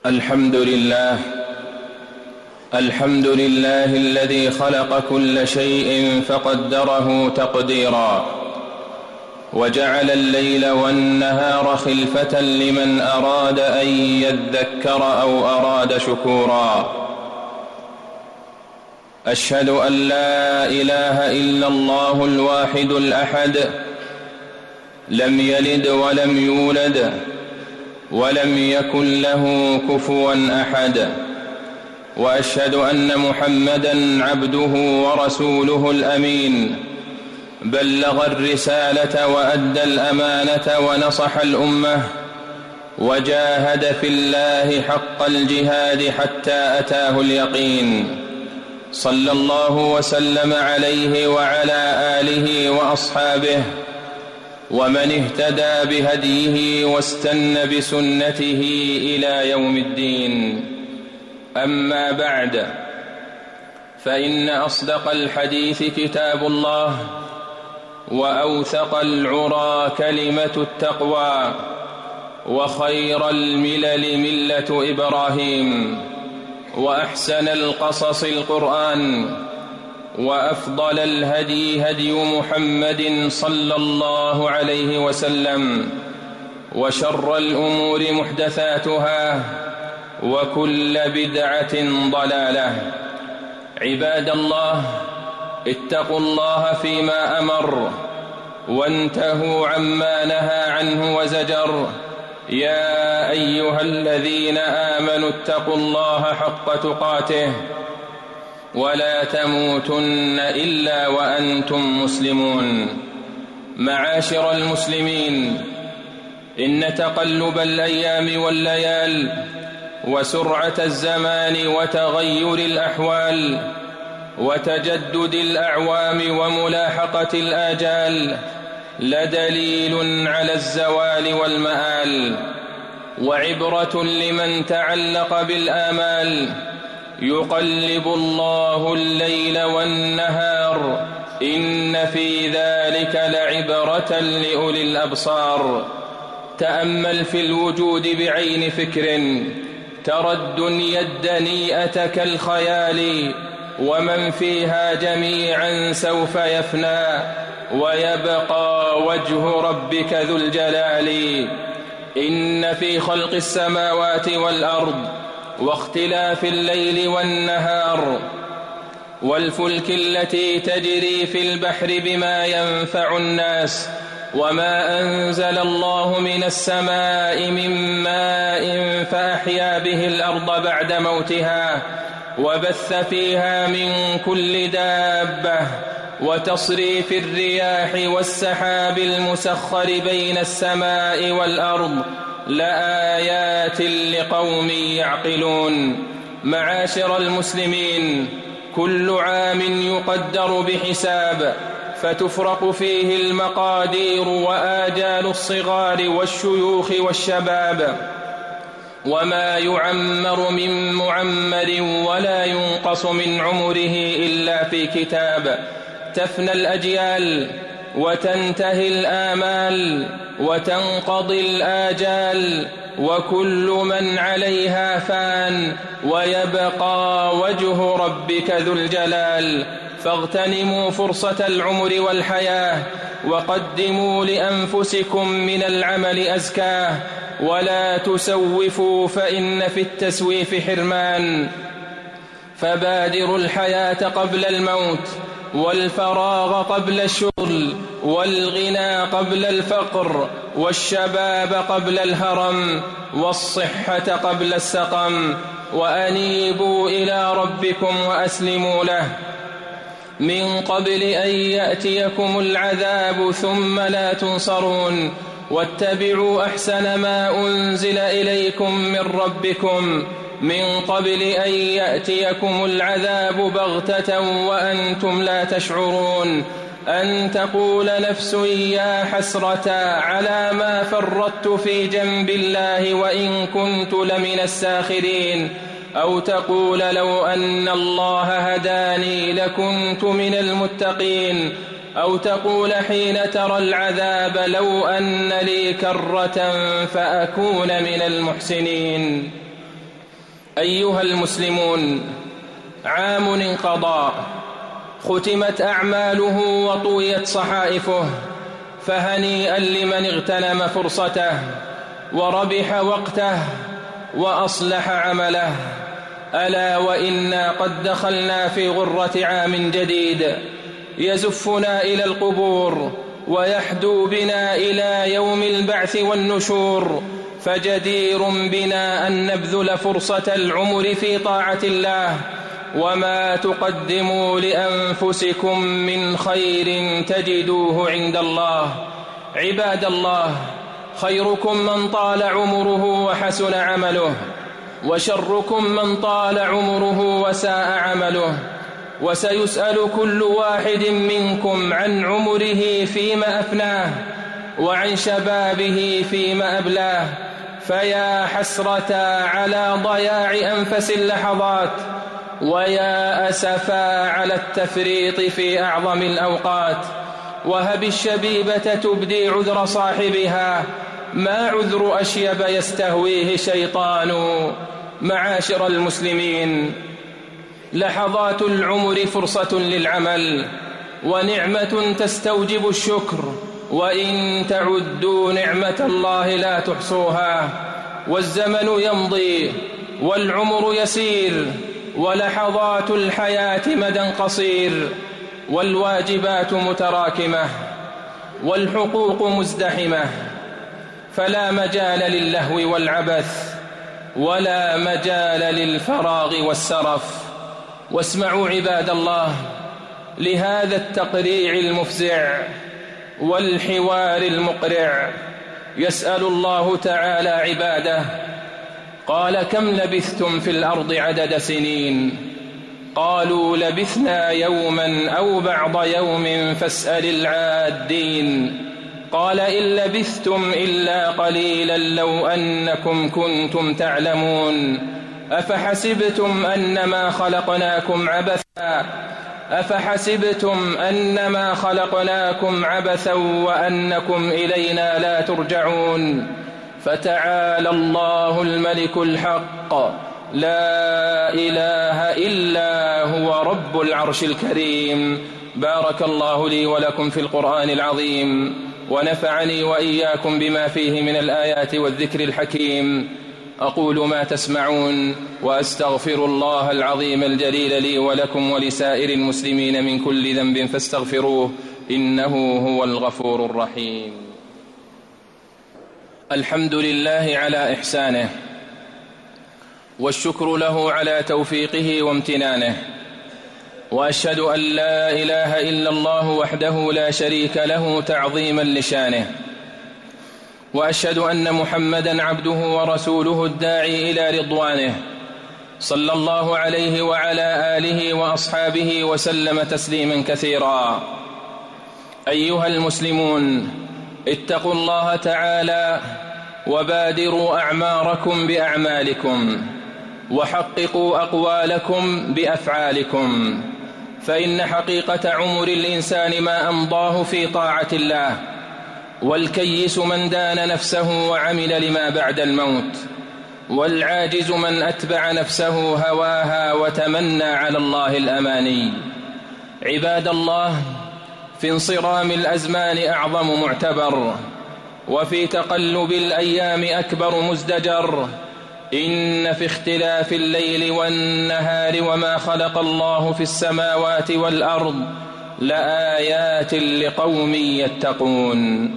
الحمد لله الذي خلق كل شيء فقدره تقديرا، وجعل الليل والنهار خلفة لمن أراد أن يذكر أو أراد شكورا. أشهد أن لا إله إلا الله الواحد الأحد، لم يلد ولم يولد ولم يكن له كفوا أحد. وأشهد أن محمدًا عبده ورسوله الأمين، بلغ الرسالة وأدى الأمانة ونصح الأمة، وجاهد في الله حق الجهاد حتى أتاه اليقين. صلى الله وسلم عليه وعلى آله وأصحابه ومن اهتدى بهديه واستنى بسنته إلى يوم الدين. أما بعد، فإن أصدق الحديث كتاب الله، وأوثق العرى كلمة التقوى، وخير الملل ملة إبراهيم، وأحسن القصص القرآن، وأفضل الهدي هدي محمد صلى الله عليه وسلم، وشر الأمور محدثاتها، وكل بدعة ضلالة. عباد الله، اتقوا الله فيما أمر، وانتهوا عما نهى عنه وزجر. يا أيها الذين آمنوا اتقوا الله حق تقاته، ولا تموتن إلا وأنتم مسلمون. معاشر المسلمين، إن تقلب الأيام والليال، وسرعة الزمان، وتغير الأحوال، وتجدد الأعوام، وملاحقة الآجال لدليل على الزوال والمآل، وعبرة لمن تعلق بالآمال. يقلب الله الليل والنهار، إن في ذلك لعبرة لأولي الأبصار. تأمل في الوجود بعين فكر، ترى الدنيا الدنيئة كالخيال، ومن فيها جميعا سوف يفنى، ويبقى وجه ربك ذو الجلال. إن في خلق السماوات والأرض، واختلاف الليل والنهار، والفلك التي تجري في البحر بما ينفع الناس، وما أنزل الله من السماء من ماء فأحيا به الأرض بعد موتها، وبث فيها من كل دابة، وتصريف الرياح والسحاب المسخر بين السماء والأرض لآيات لقوم يعقلون. معاشر المسلمين، كل عام يقدر بحساب، فتفرق فيه المقادير وآجال الصغار والشيوخ والشباب، وما يعمر من معمر ولا ينقص من عمره إلا في كتاب. تفنى الأجيال، وتنتهي الآمال، وتنقضي الآجال، وكل من عليها فان، ويبقى وجه ربك ذو الجلال. فاغتنموا فرصة العمر والحياة، وقدموا لأنفسكم من العمل أزكاه، ولا تسوفوا، فإن في التسويف حرمان. فبادروا الحياة قبل الموت، والفراغ قبل الشغل، والغنى قبل الفقر، والشباب قبل الهرم، والصحة قبل السقم. وأنيبوا إلى ربكم وأسلموا له من قبل أن يأتيكم العذاب ثم لا تنصرون. واتبعوا أحسن ما أنزل إليكم من ربكم من قبل أن يأتيكم العذاب بغتة وأنتم لا تشعرون، أن تقول نفس يا حسرة على ما فرطت في جنب الله وإن كنت لمن الساخرين، أو تقول لو أن الله هداني لكنت من المتقين، أو تقول حين ترى العذاب لو أن لي كرة فأكون من المحسنين. أيها المسلمون، عام انقضى، ختمت أعماله وطويت صحائفه، فهنيئا لمن اغتنم فرصته وربح وقته وأصلح عمله. ألا وإنا قد دخلنا في غرة عام جديد يزفنا إلى القبور ويحدو بنا إلى يوم البعث والنشور، فجدير بنا أن نبذل فرصة العمر في طاعة الله. وما تقدموا لأنفسكم من خير تجدوه عند الله. عباد الله، خيركم من طال عمره وحسن عمله، وشركم من طال عمره وساء عمله. وسيسأل كل واحد منكم عن عمره فيما أفناه، وعن شبابه فيما أبلاه. فيا حسرة على ضياع أنفس اللحظات، ويا أسفا على التفريط في أعظم الأوقات. وهب الشبيبة تبدي عذر صاحبها، ما عذر أشيب يستهويه شيطان. معاشر المسلمين، لحظات العمر فرصة للعمل ونعمة تستوجب الشكر، وإن تعدوا نعمة الله لا تحصوها. والزمن يمضي والعمر يسير، ولحظات الحياة مدى قصير، والواجبات متراكمة، والحقوق مزدحمة، فلا مجال للهو والعبث، ولا مجال للفراغ والسرف. واسمعوا عباد الله لهذا التقريع المفزع والحوار المقرع. يسأل الله تعالى عباده: قال كم لبثتم في الأرض عدد سنين؟ قالوا لبثنا يوما أو بعض يوم فاسأل العادين. قال إن لبثتم إلا قليلا لو أنكم كنتم تعلمون. أفحسبتم أنما خلقناكم عبثا وأنكم إلينا لا ترجعون. فتعالى الله الملك الحق، لا إله إلا هو رب العرش الكريم. بارك الله لي ولكم في القرآن العظيم، ونفعني وإياكم بما فيه من الآيات والذكر الحكيم. أقول ما تسمعون، وأستغفر الله العظيم الجليل لي ولكم ولسائر المسلمين من كل ذنب فاستغفروه، إنه هو الغفور الرحيم. الحمد لله على إحسانه، والشكر له على توفيقه وامتنانه، وأشهد أن لا إله إلا الله وحده لا شريك له تعظيما لشانه، وأشهد أن محمدا عبده ورسوله الداعي إلى رضوانه، صلى الله عليه وعلى آله وأصحابه وسلم تسليما كثيرا. أيها المسلمون، اتقوا الله تعالى وبادروا أعماركم بأعمالكم، وحققوا أقوالكم بأفعالكم، فإن حقيقة عمر الإنسان ما أمضاه في طاعة الله، والكيس من دان نفسه وعمل لما بعد الموت، والعاجز من أتبع نفسه هواها وتمنى على الله الأماني. عباد الله، في انصرام الأزمان أعظم معتبر، وفي تقلب الأيام أكبر مزدجر. إن في اختلاف الليل والنهار وما خلق الله في السماوات والأرض لآيات لقوم يتقون.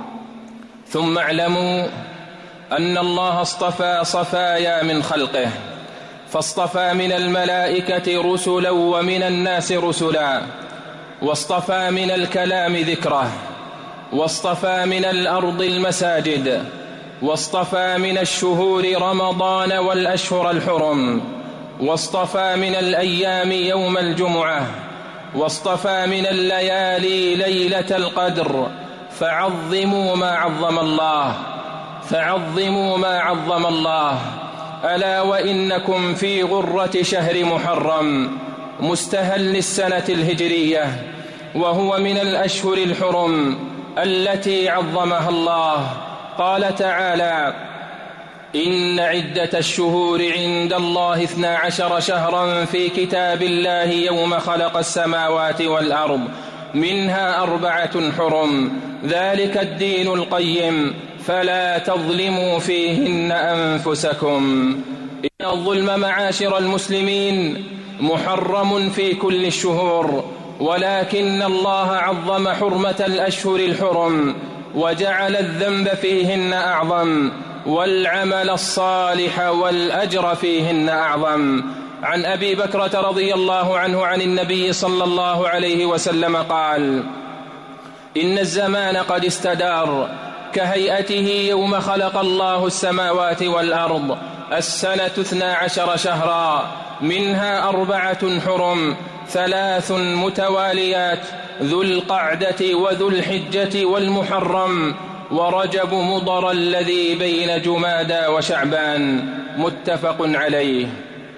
ثم اعلموا أن الله اصطفى صفايا من خلقه، فاصطفى من الملائكة رسلا ومن الناس رسلا، واصطفى من الكلام ذكره، واصطفى من الأرض المساجد، واصطفى من الشهور رمضان والأشهر الحرم، واصطفى من الأيام يوم الجمعة، واصطفى من الليالي ليلة القدر. فعظموا ما عظم الله، فعظموا ما عظم الله. ألا وإنكم في غرة شهر محرم مستهل السنة الهجرية، وهو من الأشهر الحرم التي عظمها الله. قال تعالى: إن عدة الشهور عند الله 12 شهرا في كتاب الله يوم خلق السماوات والأرض منها 4 حرم ذلك الدين القيم فلا تظلموا فيهن أنفسكم. إن الظلم معاشر المسلمين محرم في كل الشهور، ولكن الله عظم حرمة الأشهر الحرم وجعل الذنب فيهن أعظم والعمل الصالح والأجر فيهن أعظم. عن أبي بكرة رضي الله عنه عن النبي صلى الله عليه وسلم قال: إن الزمان قد استدار كهيئته يوم خلق الله السماوات والأرض، السنة 12 شهرا منها 4 حرم 3 متواليات ذو القعدة وذو الحجة والمحرم ورجب مضر الذي بين جمادى وشعبان، متفق عليه.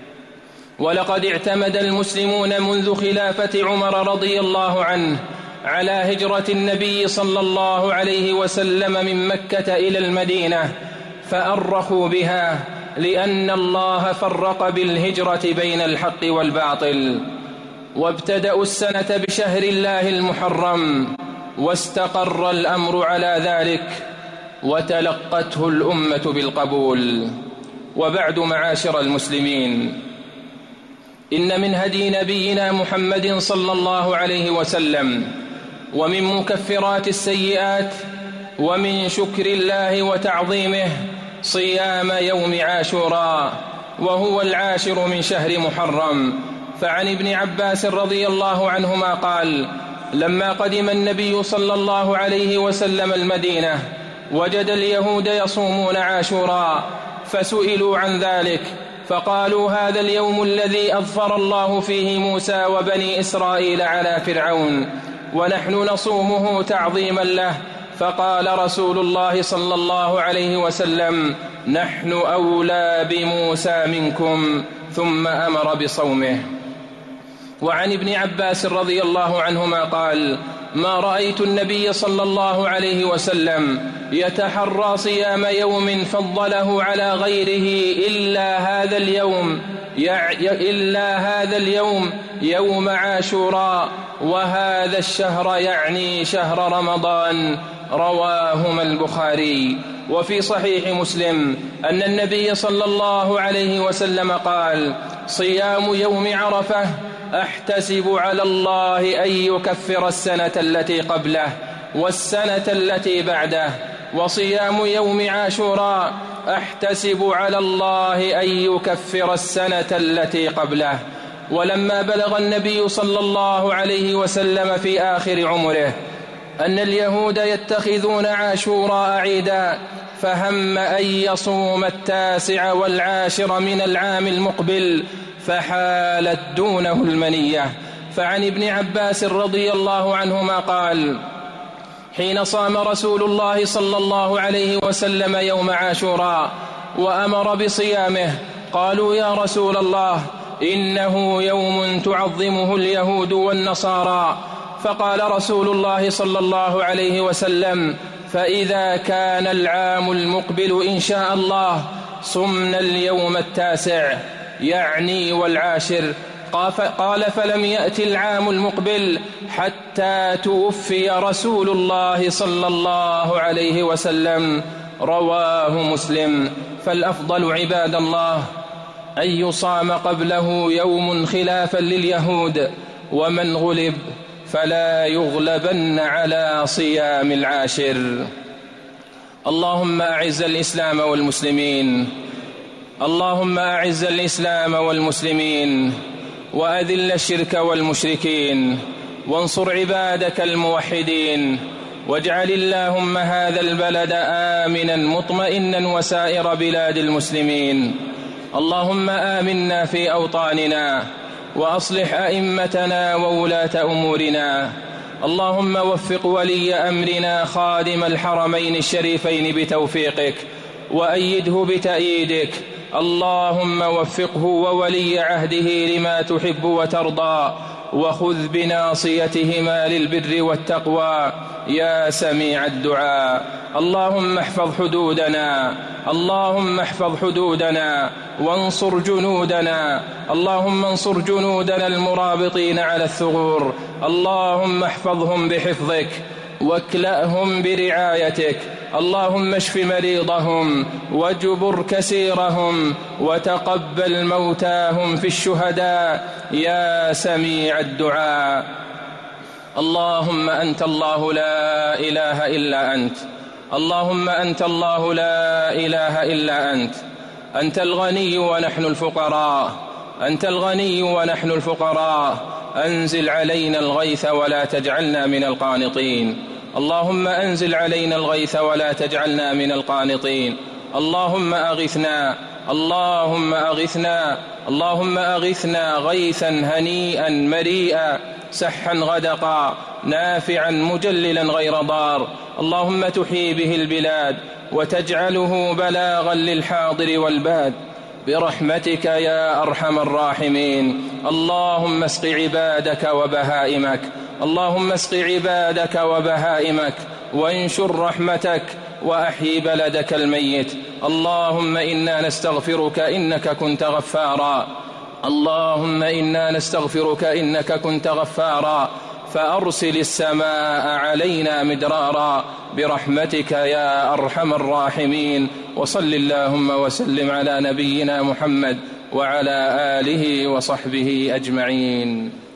ولقد اعتمد المسلمون منذ خلافة عمر رضي الله عنه على هجرة النبي صلى الله عليه وسلم من مكة إلى المدينة، فأرخوا بها لأن الله فرق بالهجرة بين الحق والباطل. وابتدأوا السنة بشهر الله المحرم، واستقر الأمر على ذلك وتلقته الأمة بالقبول. وبعد معاشر المسلمين، إن من هدي نبينا محمد صلى الله عليه وسلم ومن مكفرات السيئات ومن شكر الله وتعظيمه صيام يوم عاشوراء، وهو 10 من شهر محرم. فعن ابن عباس رضي الله عنهما قال: لما قدم النبي صلى الله عليه وسلم المدينة وجد اليهود يصومون عاشوراء، فسئلوا عن ذلك فقالوا: هذا اليوم الذي أظفر الله فيه موسى وبني إسرائيل على فرعون، ونحن نصومه تعظيما له. فقال رسول الله صلى الله عليه وسلم: نحن أولى بموسى منكم، ثم أمر بصومه. وعن ابن عباس رضي الله عنهما قال: ما رأيت النبي صلى الله عليه وسلم يتحرى صيام يوم فضله على غيره إلا هذا اليوم يوم عاشوراء، وهذا الشهر يعني شهر رمضان. رواهما البخاري. وفي صحيح مسلم أن النبي صلى الله عليه وسلم قال: صيام يوم عرفة أحتسب على الله أن يكفر السنة التي قبله والسنة التي بعده، وصيام يوم عاشوراء أحتسب على الله أن يكفر السنة التي قبله. ولما بلغ النبي صلى الله عليه وسلم في آخر عمره أن اليهود يتخذون عاشوراء عيدا، فهم أن يصوم 9 و10 من العام المقبل، فحالت دونه المنية. فعن ابن عباس رضي الله عنهما قال: حين صام رسول الله صلى الله عليه وسلم يوم عاشوراء وأمر بصيامه، قالوا: يا رسول الله، إنه يوم تعظمه اليهود والنصارى. فقال رسول الله صلى الله عليه وسلم: فإذا كان العام المقبل إن شاء الله صمنا اليوم 9 يعني والعاشر. قال: فلم يأتي العام المقبل حتى توفي رسول الله صلى الله عليه وسلم. رواه مسلم. فالأفضل عباد الله أن يصام قبله يوم خلافا لليهود، ومن غلب فلا يغلبن على صيام العاشر. اللهم أعز الإسلام والمسلمين، اللهم أعز الإسلام والمسلمين، وأذل الشرك والمشركين، وانصر عبادك الموحدين، واجعل اللهم هذا البلد آمنا مطمئنا وسائر بلاد المسلمين. اللهم آمنا في أوطاننا، وأصلح أئمتنا وولاة أمورنا. اللهم وفق ولي أمرنا خادم الحرمين الشريفين بتوفيقك، وأيده بتأييدك. اللهم وفقه وولي عهده لما تحب وترضى، وخذ بناصيتهما للبر والتقوى يا سميع الدعاء. اللهم احفظ حدودنا، اللهم احفظ حدودنا وانصر جنودنا، اللهم انصر جنودنا المرابطين على الثغور، اللهم احفظهم بحفظك واكلأهم برعايتك، اللهم اشف مريضهم واجبر كسيرهم وتقبل موتاهم في الشهداء يا سميع الدعاء. اللهم أنت الله لا إله إلا أنت، اللهم أنت الله لا إله إلا أنت، أنت الغني ونحن الفقراء، أنت الغني ونحن الفقراء، أنزل علينا الغيث ولا تجعلنا من القانطين، اللهم أنزل علينا الغيث ولا تجعلنا من القانطين، اللهم أغثنا، اللهم أغثنا، اللهم أغثنا غيثا هنيئا مريئا سحا غدقا نافعا مجللا غير ضار، اللهم تحيي به البلاد وتجعله بلاغا للحاضر والباد برحمتك يا أرحم الراحمين. اللهم اسق عبادك وبهائمك، اللهم اسق عبادك وبهائمك وانشر رحمتك وأحيي بلدك الميت. اللهم إنا نستغفرك إنك كنت غفارا، اللهم إنا نستغفرك إنك كنت غفارا، فأرسل السماء علينا مدرارا برحمتك يا أرحم الراحمين. وصل اللهم وسلم على نبينا محمد وعلى آله وصحبه أجمعين.